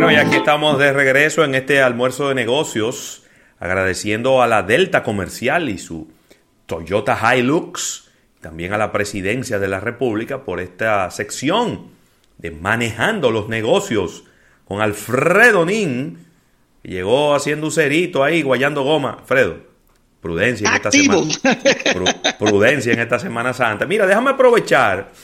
Bueno, y aquí estamos de regreso en este almuerzo de negocios, agradeciendo a la Delta Comercial y su Toyota Hilux, también a la Presidencia de la República por esta sección de Manejando los Negocios con Alfredo Nin, que llegó haciendo un cerito ahí, guayando goma. Alfredo, prudencia en esta semana. Prudencia en esta Semana Santa. Mira, déjame aprovechar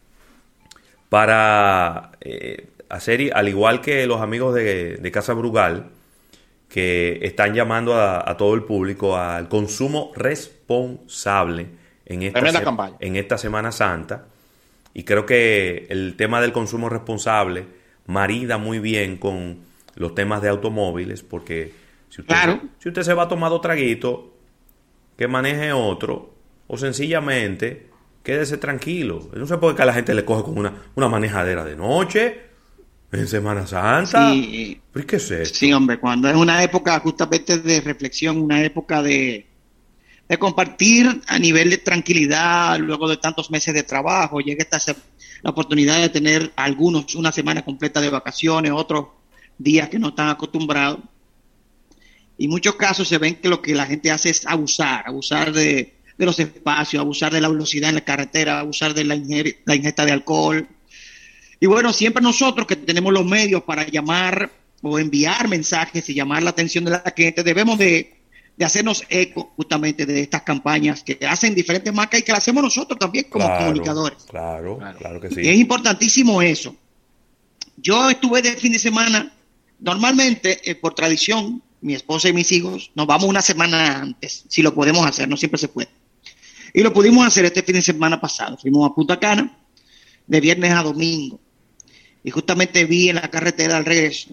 para hacer, al igual que los amigos de Casa Brugal, que están llamando a todo el público al consumo responsable en esta Semana Santa. Y creo que el tema del consumo responsable marida muy bien con los temas de automóviles, porque si usted se va a tomar dos traguitos, que maneje otro, o sencillamente quédese tranquilo. No sé por qué a la gente le coge como una manejadera de noche en Semana Santa. Sí, ¿Pero qué es esto? Sí, hombre, cuando es una época justamente de reflexión, una época de compartir a nivel de tranquilidad, luego de tantos meses de trabajo, llega la oportunidad de tener algunos una semana completa de vacaciones, otros días que no están acostumbrados. Y en muchos casos se ven que lo que la gente hace es abusar de los espacios, abusar de la velocidad en la carretera, abusar de la ingesta de alcohol. Y bueno, siempre nosotros que tenemos los medios para llamar o enviar mensajes y llamar la atención de la gente, debemos de hacernos eco justamente de estas campañas que hacen diferentes marcas y que las hacemos nosotros también como comunicadores. Claro que sí. Y es importantísimo eso. Yo estuve de fin de semana, normalmente por tradición, mi esposa y mis hijos nos vamos una semana antes, si lo podemos hacer, no siempre se puede. Y lo pudimos hacer este fin de semana pasado. Fuimos a Punta Cana de viernes a domingo. Y justamente vi en la carretera al regreso.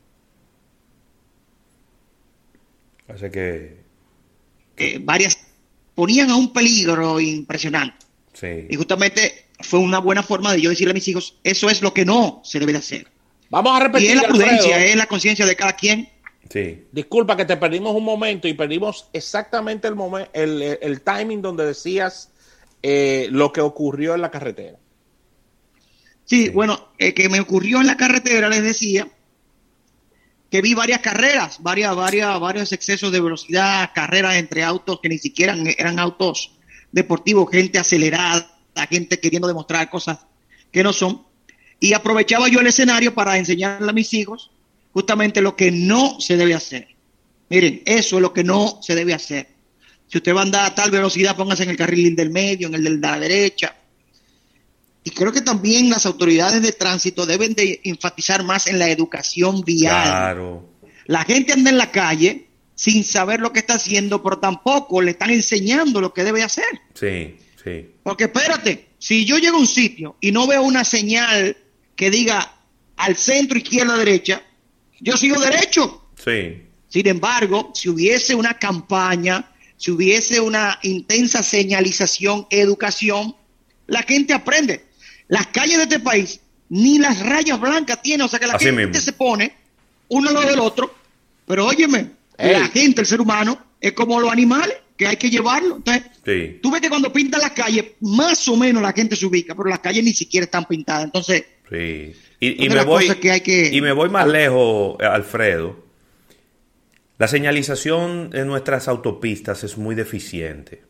Así que varias ponían a un peligro impresionante. Sí. Y justamente fue una buena forma de yo decirle a mis hijos, eso es lo que no se debe de hacer. Vamos a repetir. Y es la prudencia, es la conciencia de cada quien. Sí. Disculpa que te perdimos un momento y perdimos exactamente el timing donde decías lo que ocurrió en la carretera. Sí, bueno, que me ocurrió en la carretera, les decía, que vi varias carreras, varios excesos de velocidad, carreras entre autos que ni siquiera eran autos deportivos, gente acelerada, gente queriendo demostrar cosas que no son. Y aprovechaba yo el escenario para enseñarle a mis hijos justamente lo que no se debe hacer. Miren, eso es lo que no se debe hacer. Si usted va a andar a tal velocidad, póngase en el carril del medio, en el de la derecha. Y creo que también las autoridades de tránsito deben de enfatizar más en la educación vial. Claro. La gente anda en la calle sin saber lo que está haciendo, pero tampoco le están enseñando lo que debe hacer. Sí. Porque espérate, si yo llego a un sitio y no veo una señal que diga al centro, izquierda, derecha, yo sigo derecho. Sí. Sin embargo, si hubiese una campaña, si hubiese una intensa señalización, educación, la gente aprende. Las calles de este país ni las rayas blancas tienen, o sea que la gente se pone uno al lado del otro, pero óyeme, la gente, el ser humano, es como los animales, que hay que llevarlo. Entonces, tú ves que cuando pintan las calles, más o menos la gente se ubica, pero las calles ni siquiera están pintadas. Entonces, sí. Y me voy más lejos, Alfredo. La señalización en nuestras autopistas es muy deficiente.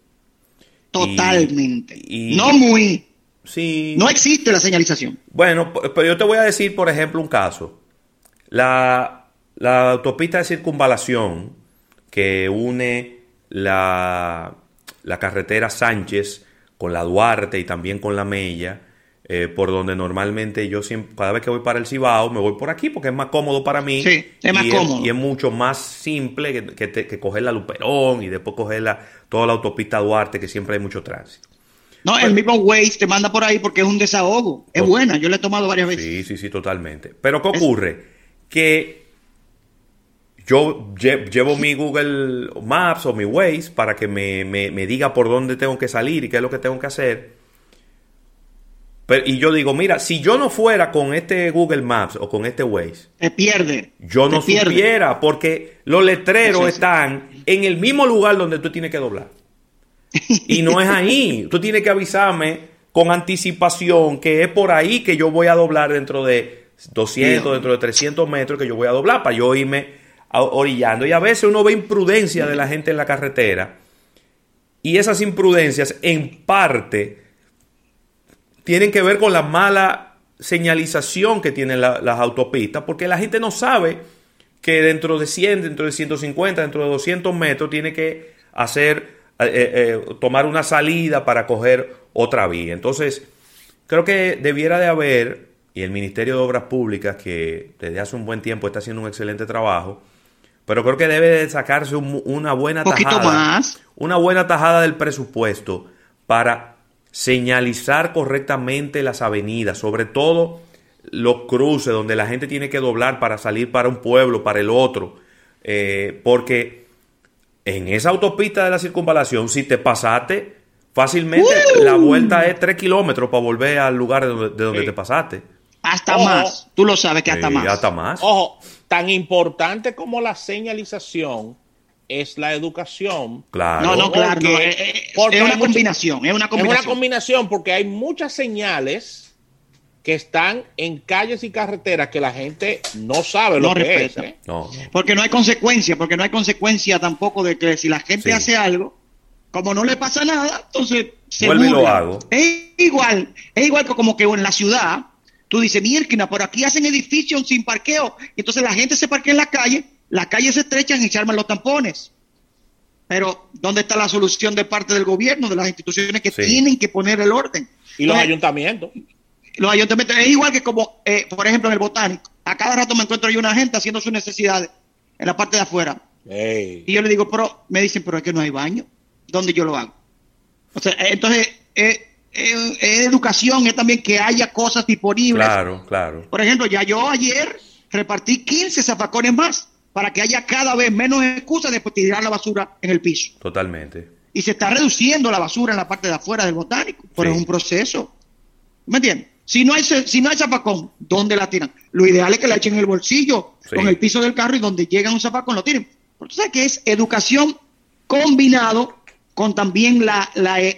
Totalmente. No muy. Sí. No existe la señalización. Bueno, pero yo te voy a decir, por ejemplo, un caso. La autopista de circunvalación que une la carretera Sánchez con la Duarte y también con la Mella, por donde normalmente yo siempre, cada vez que voy para el Cibao, me voy por aquí porque es más cómodo para mí. Sí, es más cómodo. Y es mucho más simple que coger la Luperón y después coger toda la autopista Duarte, que siempre hay mucho tránsito. No, el mismo Waze te manda por ahí porque es un desahogo. Es buena, yo la he tomado varias veces. Sí, totalmente. Pero ¿qué ocurre? Que yo llevo mi Google Maps o mi Waze para que me diga por dónde tengo que salir y qué es lo que tengo que hacer. Y yo digo, mira, si yo no fuera con este Google Maps o con este Waze, te pierde. Yo no supiera, porque los letreros están en el mismo lugar donde tú tienes que doblar. Y no es ahí. Tú tienes que avisarme con anticipación que es por ahí que yo voy a doblar dentro de 200, dentro de 300 metros que yo voy a doblar para yo irme orillando. Y a veces uno ve imprudencia de la gente en la carretera, y esas imprudencias en parte tienen que ver con la mala señalización que tienen las autopistas, porque la gente no sabe que dentro de 100, dentro de 150, dentro de 200 metros tiene que tomar una salida para coger otra vía. Entonces, creo que debiera de haber, y el Ministerio de Obras Públicas, que desde hace un buen tiempo está haciendo un excelente trabajo, pero creo que debe de sacarse una buena tajada, una buena tajada del presupuesto para señalizar correctamente las avenidas, sobre todo los cruces donde la gente tiene que doblar para salir para un pueblo, para el otro, porque en esa autopista de la circunvalación, si te pasaste, fácilmente la vuelta es 3 kilómetros para volver al lugar de donde te pasaste. Hasta más, tú lo sabes que hasta más. Hasta más. Ojo, tan importante como la señalización es la educación. Claro. No, claro. Es una combinación. Es una combinación porque hay muchas señales que están en calles y carreteras que la gente no sabe lo que respeta. Es. No. Porque no hay consecuencia, tampoco de que si la gente hace algo, como no le pasa nada, entonces se vuelve y lo hago. Es igual que como que en la ciudad, tú dices, mierda, por aquí hacen edificios sin parqueo, y entonces la gente se parquea en la calle, las calles se estrechan y se arman los tampones. Pero, ¿dónde está la solución de parte del gobierno, de las instituciones que tienen que poner el orden? Y los ayuntamientos. Los ayuntamientos, es igual que como, por ejemplo, en el Botánico. A cada rato me encuentro yo una gente haciendo sus necesidades en la parte de afuera. Hey. Y yo le digo, me dicen, pero es que no hay baño. ¿Dónde yo lo hago? O sea, entonces, educación es también que haya cosas disponibles. Claro. Por ejemplo, ya yo ayer repartí 15 zafacones más para que haya cada vez menos excusas de tirar la basura en el piso. Totalmente. Y se está reduciendo la basura en la parte de afuera del Botánico, pero es un proceso. ¿Me entiendes? Si no hay zafacón, ¿dónde la tiran? Lo ideal es que la echen en el bolsillo, con el piso del carro, y donde llega un zafacón lo tiren. Porque tú sabes que es educación combinado con también la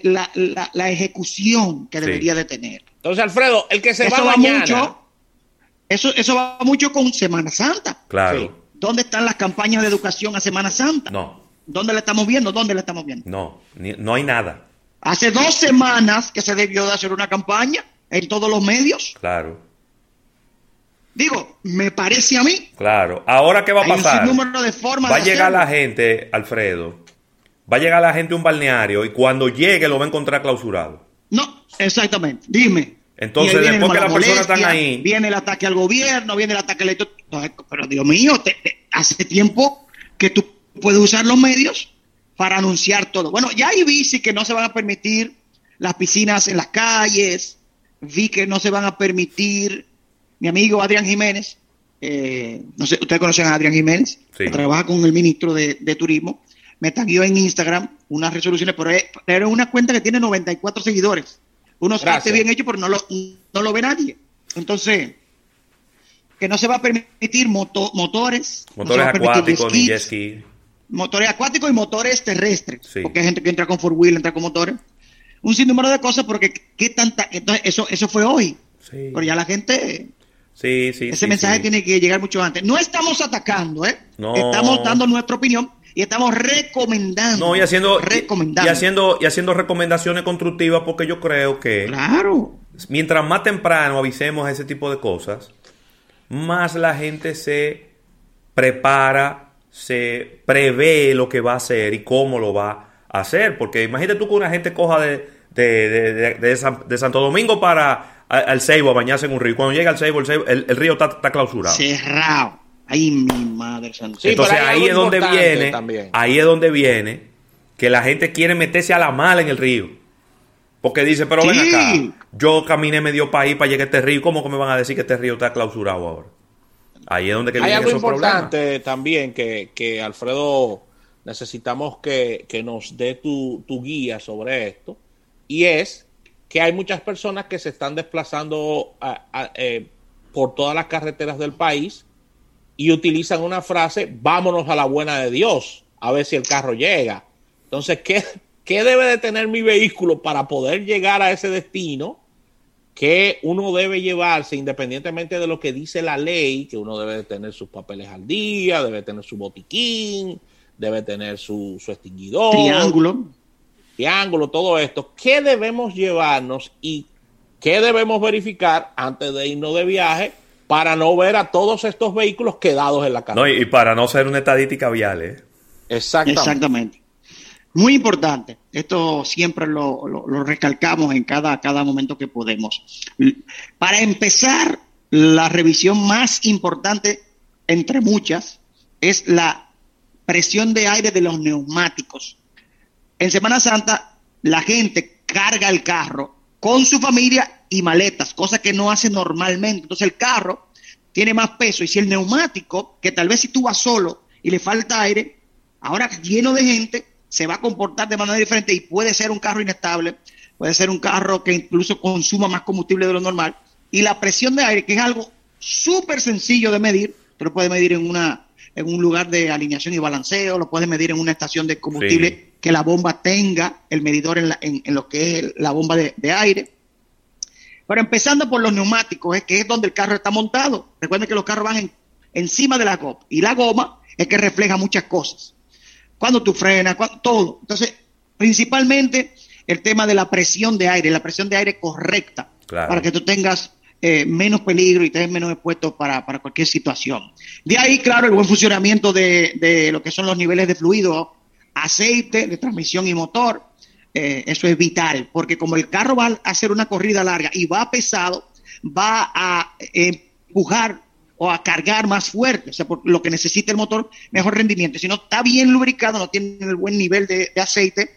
ejecución que debería de tener. Entonces, Alfredo, el que se va mañana... Eso va mucho con Semana Santa. Claro. Sí. ¿Dónde están las campañas de educación a Semana Santa? No. ¿Dónde la estamos viendo? No hay nada. Hace 2 semanas que se debió de hacer una campaña en todos los medios. Claro. Digo, me parece a mí. Claro. Ahora, ¿qué va a pasar? Hay un sinnúmero de formas va de a llegar hacerlo. la gente, Alfredo. Va a llegar la gente a un balneario y cuando llegue lo va a encontrar clausurado. No, exactamente. Dime. Entonces, después que las personas están ahí... Viene el ataque al gobierno, viene el ataque al... Pero, Dios mío, hace tiempo que tú puedes usar los medios para anunciar todo. Bueno, ya ahí vi que no se van a permitir las piscinas en las calles, vi que no se van a permitir... Mi amigo Adrián Jiménez, no sé, ustedes conocen a Adrián Jiménez, que trabaja con el ministro de Turismo, me tagueó en Instagram unas resoluciones, pero es una cuenta que tiene 94 seguidores. Unos arte bien hecho, pero no lo ve nadie. Entonces, que no se va a permitir motores acuáticos, ni jet ski. Motores acuáticos y motores terrestres. Sí. Porque hay gente que entra con four wheel, entra con motores. Un sinnúmero de cosas, porque entonces eso fue hoy. Sí. Pero ya la gente... ese mensaje tiene que llegar mucho antes. No estamos atacando, No. Estamos dando nuestra opinión y estamos recomendando. No, y haciendo recomendaciones constructivas, porque yo creo que... Claro. Mientras más temprano avisemos ese tipo de cosas, más la gente se prepara, se prevé lo que va a hacer y cómo lo va a hacer. Porque imagínate tú que una gente coja de Santo Domingo para al Ceibo a bañarse en un río. Cuando llega al Ceibo, el río está clausurado. Cerrado. Ay, mi madre santa. Sí, entonces ahí es donde viene que la gente quiere meterse a la mala en el río. Porque dice, pero ven acá, yo caminé medio país para llegar a este río, ¿cómo que me van a decir que este río está clausurado ahora? Ahí es donde hay algo importante también que Alfredo necesitamos que nos dé tu guía sobre esto, y es que hay muchas personas que se están desplazando por todas las carreteras del país y utilizan una frase, vámonos a la buena de Dios, a ver si el carro llega. Entonces, ¿qué debe de tener mi vehículo para poder llegar a ese destino que uno debe llevarse, independientemente de lo que dice la ley, que uno debe tener sus papeles al día, debe tener su botiquín, debe tener su extinguidor, triángulo, todo esto. ¿Qué debemos llevarnos y qué debemos verificar antes de irnos de viaje para no ver a todos estos vehículos quedados en la carretera? No, y para no ser una estadística vial, ¿eh? Exactamente. Muy importante. Esto siempre lo recalcamos en cada momento que podemos. Para empezar, la revisión más importante, entre muchas, es la presión de aire de los neumáticos. En Semana Santa, la gente carga el carro con su familia y maletas, cosa que no hace normalmente. Entonces el carro tiene más peso, y si el neumático, que tal vez si tú vas solo y le falta aire, ahora lleno de gente, se va a comportar de manera diferente y puede ser un carro inestable, puede ser un carro que incluso consuma más combustible de lo normal. Y la presión de aire, que es algo súper sencillo de medir, tú lo puedes medir en un lugar de alineación y balanceo, lo puedes medir en una estación de combustible, sí, que la bomba tenga el medidor en lo que es la bomba de aire. Pero empezando por los neumáticos, que es donde el carro está montado. Recuerden que los carros van encima de la goma, y la goma es que refleja muchas cosas. Cuando tú frenas, todo. Entonces, principalmente el tema de la presión de aire correcta, claro, para que tú tengas menos peligro y estés menos expuesto para cualquier situación. De ahí, claro, el buen funcionamiento de lo que son los niveles de fluido, aceite, de transmisión y motor. Eso es vital, porque como el carro va a hacer una corrida larga y va pesado, va a empujar o a cargar más fuerte, o sea, por lo que necesita el motor, mejor rendimiento. Si no está bien lubricado, no tiene el buen nivel de aceite,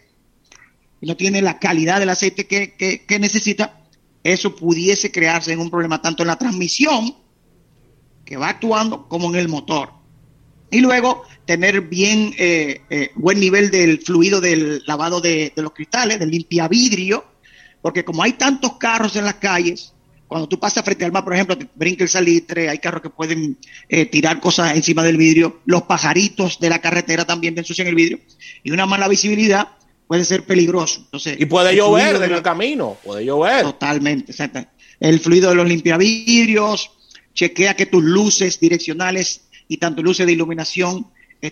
y no tiene la calidad del aceite que necesita, eso pudiese crearse en un problema tanto en la transmisión, que va actuando, como en el motor. Y luego tener bien buen nivel del fluido del lavado de los cristales, del limpiavidrio, porque como hay tantos carros en las calles, cuando tú pasas frente al mar, por ejemplo, te brinca el salitre, hay carros que pueden tirar cosas encima del vidrio, los pajaritos de la carretera también te ensucian el vidrio, y una mala visibilidad puede ser peligroso. Entonces, y puede llover en el camino, puede llover. Totalmente, exacto. El fluido de los limpiavidrios, chequea que tus luces direccionales y tanto luces de iluminación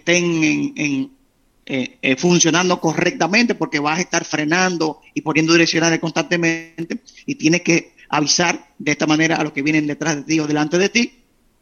estén funcionando correctamente, porque vas a estar frenando y poniendo direccionales constantemente, y tienes que avisar de esta manera a los que vienen detrás de ti o delante de ti.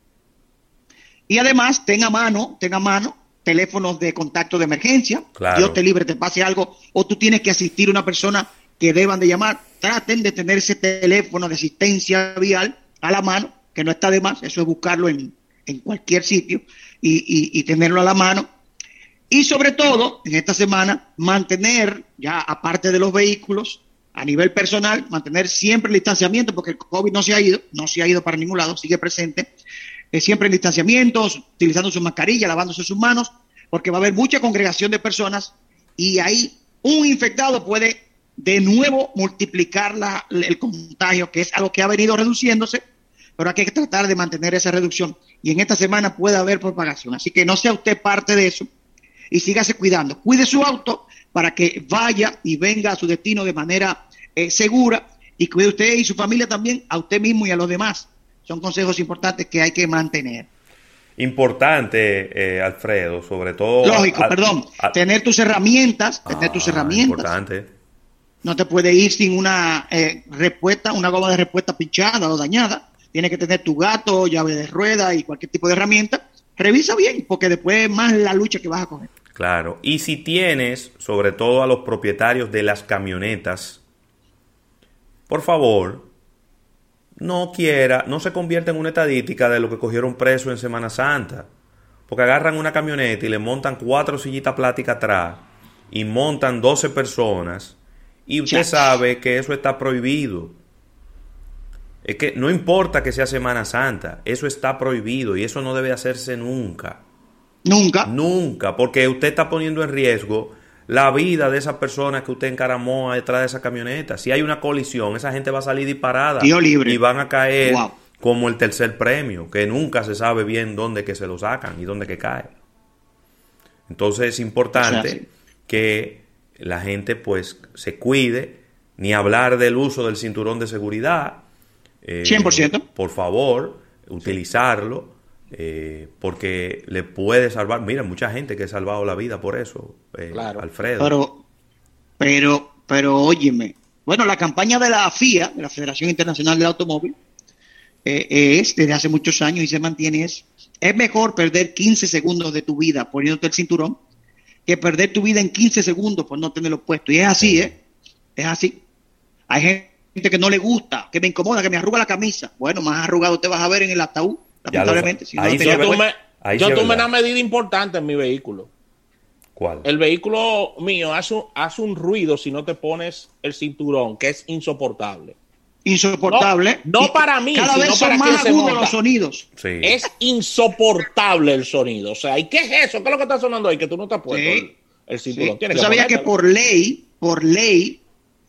Y además, tenga a mano teléfonos de contacto de emergencia. Claro. Dios te libre, te pase algo, o tú tienes que asistir a una persona que deban de llamar. Traten de tener ese teléfono de asistencia vial a la mano, que no está de más. Eso es buscarlo en cualquier sitio y tenerlo a la mano. Y sobre todo, en esta semana, mantener, ya aparte de los vehículos, a nivel personal, mantener siempre el distanciamiento, porque el COVID no se ha ido para ningún lado, sigue presente. Siempre en distanciamientos, utilizando su mascarilla, lavándose sus manos, porque va a haber mucha congregación de personas, y ahí un infectado puede de nuevo multiplicar el contagio, que es algo que ha venido reduciéndose, pero hay que tratar de mantener esa reducción, y en esta semana puede haber propagación. Así que no sea usted parte de eso, y sígase cuidando. Cuide su auto para que vaya y venga a su destino de manera segura, y cuide usted y su familia también, a usted mismo y a los demás. Son consejos importantes que hay que mantener. Importante, Alfredo, sobre todo... Lógico, tener tus herramientas, Importante. No te puedes ir sin una una goma de respuesta pinchada o dañada. Tienes que tener tu gato, llave de rueda y cualquier tipo de herramienta. Revisa bien, porque después es más la lucha que vas a coger. Claro, y si tienes, sobre todo a los propietarios de las camionetas, por favor, no se convierta en una estadística de lo que cogieron preso en Semana Santa, porque agarran una camioneta y le montan 4 sillitas plásticas atrás y montan 12 personas, y usted sabe que eso está prohibido. Es que no importa que sea Semana Santa, eso está prohibido, y eso no debe hacerse nunca. Nunca, porque usted está poniendo en riesgo la vida de esas personas que usted encaramó detrás de esa camioneta. Si hay una colisión, esa gente va a salir disparada y van a caer como el tercer premio, que nunca se sabe bien dónde que se lo sacan y dónde que cae. Entonces es importante que la gente pues se cuide, ni hablar del uso del cinturón de seguridad, 100%. Por favor, utilizarlo, porque le puede salvar. Mira, mucha gente que ha salvado la vida por eso, Claro. Alfredo. Pero óyeme, bueno, la campaña de la FIA, de la Federación Internacional del Automóvil, es desde hace muchos años y se mantiene es mejor perder 15 segundos de tu vida poniéndote el cinturón que perder tu vida en 15 segundos por no tenerlo puesto. Y es así, es así. Hay gente que no le gusta, que me incomoda, que me arruga la camisa. Bueno, más arrugado te vas a ver en el ataúd, lamentablemente. Si no ahí tenía yo tomé una medida importante en mi vehículo. ¿Cuál? El vehículo mío hace un ruido si no te pones el cinturón, que es insoportable. Insoportable. No para mí, cada sino vez son para más quien se agudos monta. los sonidos. Sí. Es insoportable el sonido. O sea, ¿y qué es eso? ¿Qué es lo que está sonando ahí? Que tú no te has puesto Sí. el cinturón. Sí. Tienes ¿Tú que sabías que ponértelo. por ley,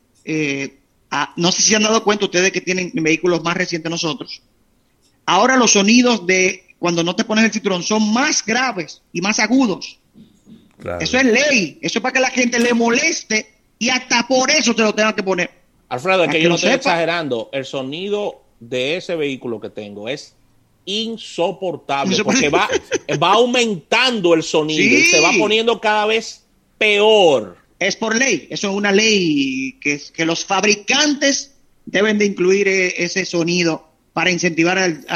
no sé si se han dado cuenta ustedes que tienen vehículos más recientes nosotros, ahora los sonidos de cuando no te pones el cinturón son más graves y más agudos. Claro. Eso es ley. Eso es para que la gente le moleste y hasta por eso te lo tengan que poner. Alfredo, es Para que que yo no lo estoy sepa. exagerando. El sonido de ese vehículo que tengo es insoportable porque va aumentando el sonido Sí. y se va poniendo cada vez peor. Es por ley. Eso es una ley que los fabricantes deben de incluir ese sonido para incentivar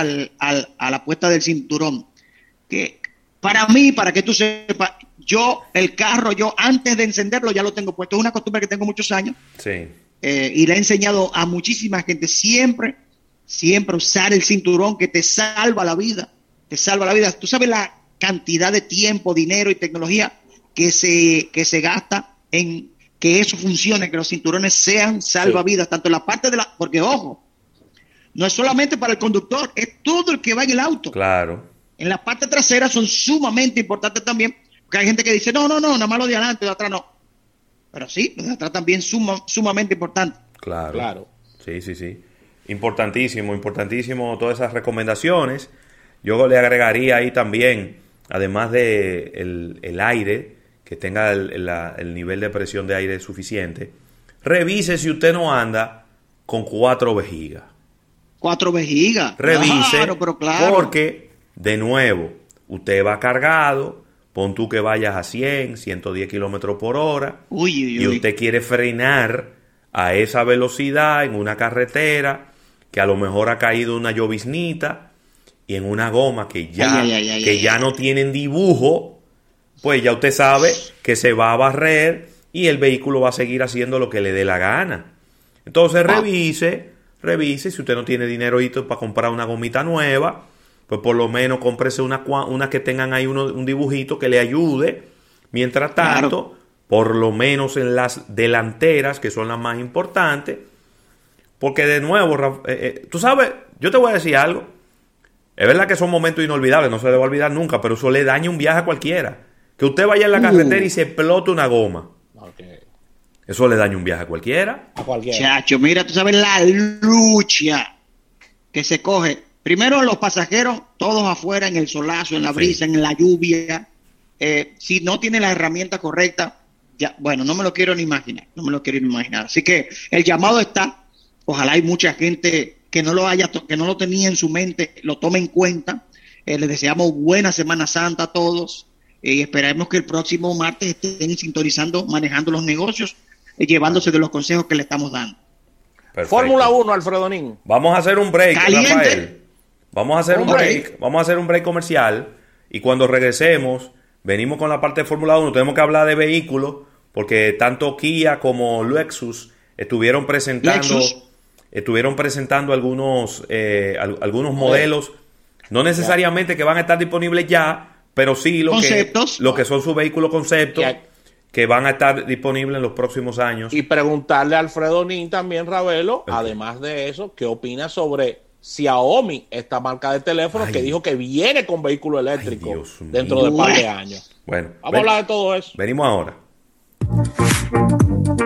a la puesta del cinturón. Que para mí, para que tú sepas, el carro, antes de encenderlo ya lo tengo puesto. Es una costumbre que tengo muchos años. Sí. Y le he enseñado a muchísima gente siempre usar el cinturón, que te salva la vida. Te salva la vida. Tú sabes la cantidad de tiempo, dinero y tecnología que se gasta en que eso funcione, que los cinturones sean salvavidas, tanto en la parte porque ojo, no es solamente para el conductor, es todo el que va en el auto. Claro. En la parte trasera son sumamente importantes también, porque hay gente que dice, no, nada más lo de adelante, de atrás no. Pero sí, los de atrás también sumamente importantes. Claro. Sí. Importantísimo todas esas recomendaciones. Yo le agregaría ahí también, además de el aire, que tenga el nivel de presión de aire suficiente, revise si usted no anda con 4 vejigas. 4 vejigas. Revise, claro. porque, de nuevo, usted va cargado, pon tú que vayas a 100, 110 kilómetros por hora, y usted quiere frenar a esa velocidad en una carretera que a lo mejor ha caído una lloviznita y en una goma que ya no tienen dibujo, pues ya usted sabe que se va a barrer y el vehículo va a seguir haciendo lo que le dé la gana. Entonces revise, si usted no tiene dinero para comprar una gomita nueva, pues por lo menos cómprese una que tengan ahí un dibujito que le ayude. Mientras tanto, por lo menos en las delanteras, que son las más importantes, porque de nuevo, tú sabes, yo te voy a decir algo. Es verdad que son momentos inolvidables, no se le va a olvidar nunca, pero eso le daña un viaje a cualquiera. Que usted vaya en la carretera y se explote una goma. Okay. Eso le daña un viaje a cualquiera. A cualquiera. Chacho, mira, tú sabes la lucha que se coge. Primero los pasajeros, todos afuera en el solazo, en la brisa, en la lluvia. Si no tiene la herramienta correcta, no me lo quiero ni imaginar. Así que el llamado está. Ojalá hay mucha gente que no lo tenía en su mente, lo tome en cuenta. Les deseamos buena Semana Santa a todos. Y esperemos que el próximo martes estén sintonizando, manejando los negocios, llevándose de los consejos que le estamos dando. Perfecto. Fórmula 1, Alfredo Nin. Vamos a hacer un break, Caliente. Rafael. Vamos a hacer un break. Vamos a hacer un break comercial. Y cuando regresemos, venimos con la parte de Fórmula 1. Tenemos que hablar de vehículos, porque tanto Kia como Lexus estuvieron presentando algunos modelos, no necesariamente que van a estar disponibles ya, pero sí lo que son sus vehículos conceptos, que van a estar disponibles en los próximos años. Y preguntarle a Alfredo Nin también, Ravelo, además de eso, ¿qué opina sobre Xiaomi, esta marca de teléfonos que dijo que viene con vehículo eléctrico dentro de un par de años? Bueno, vamos a hablar de todo eso. Venimos ahora.